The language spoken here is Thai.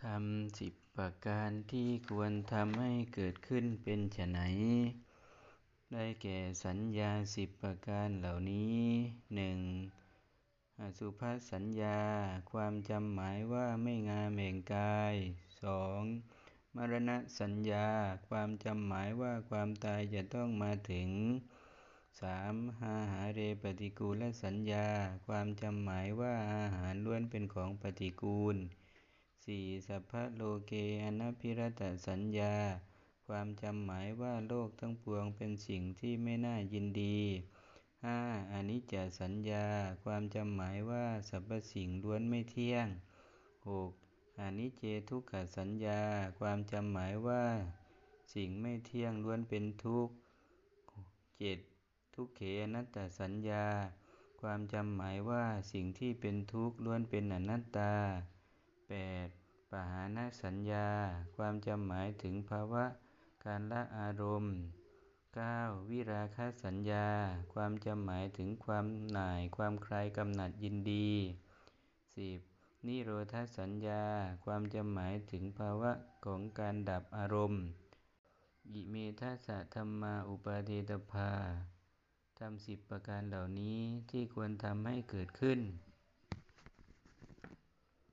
ทำ10ประการที่ควรทำให้เกิดขึ้นเป็นไฉนได้แก่สัญญา10ประการเหล่านี้ 1. อสุภสัญญาความจำหมายว่าไม่งามแห่งกาย 2. มรณสัญญาความจำหมายว่าความตายจะต้องมาถึง 3. อาหาเรปฏิกูลสัญญาความจำหมายว่าอาหารล้วนเป็นของปฏิกูล 4. สัพพะโลเกอนัพพิรตสัญญาความจำหมายว่าโลกทั้งปวงเป็นสิ่งที่ไม่น่ายินดี 5. อนิจจสัญญาความจำหมายว่าสรรพสิ่งล้วนไม่เที่ยง 6. อนิจเจทุกขสัญญาความจำหมายว่าสิ่งไม่เที่ยงล้วนเป็นทุกข์ 7. ทุกเขอนัตตสัญญาความจำหมายว่าสิ่งที่เป็นทุกข์ล้วนเป็นอนัตตา 8. ปหานสัญญาความจำหมายถึงภาวะการละอารมณ์ 9. วิราคะสัญญาความจำหมายถึงความหน่ายความคลายกำหนัดยินดี 10. นิโรธสัญญาความจำหมายถึงภาวะของการดับอารมณ์อิเมทัสสะธัมมาอุปาเทตภาทำ10ประการเหล่านี้ที่ควรทำให้เกิดขึ้น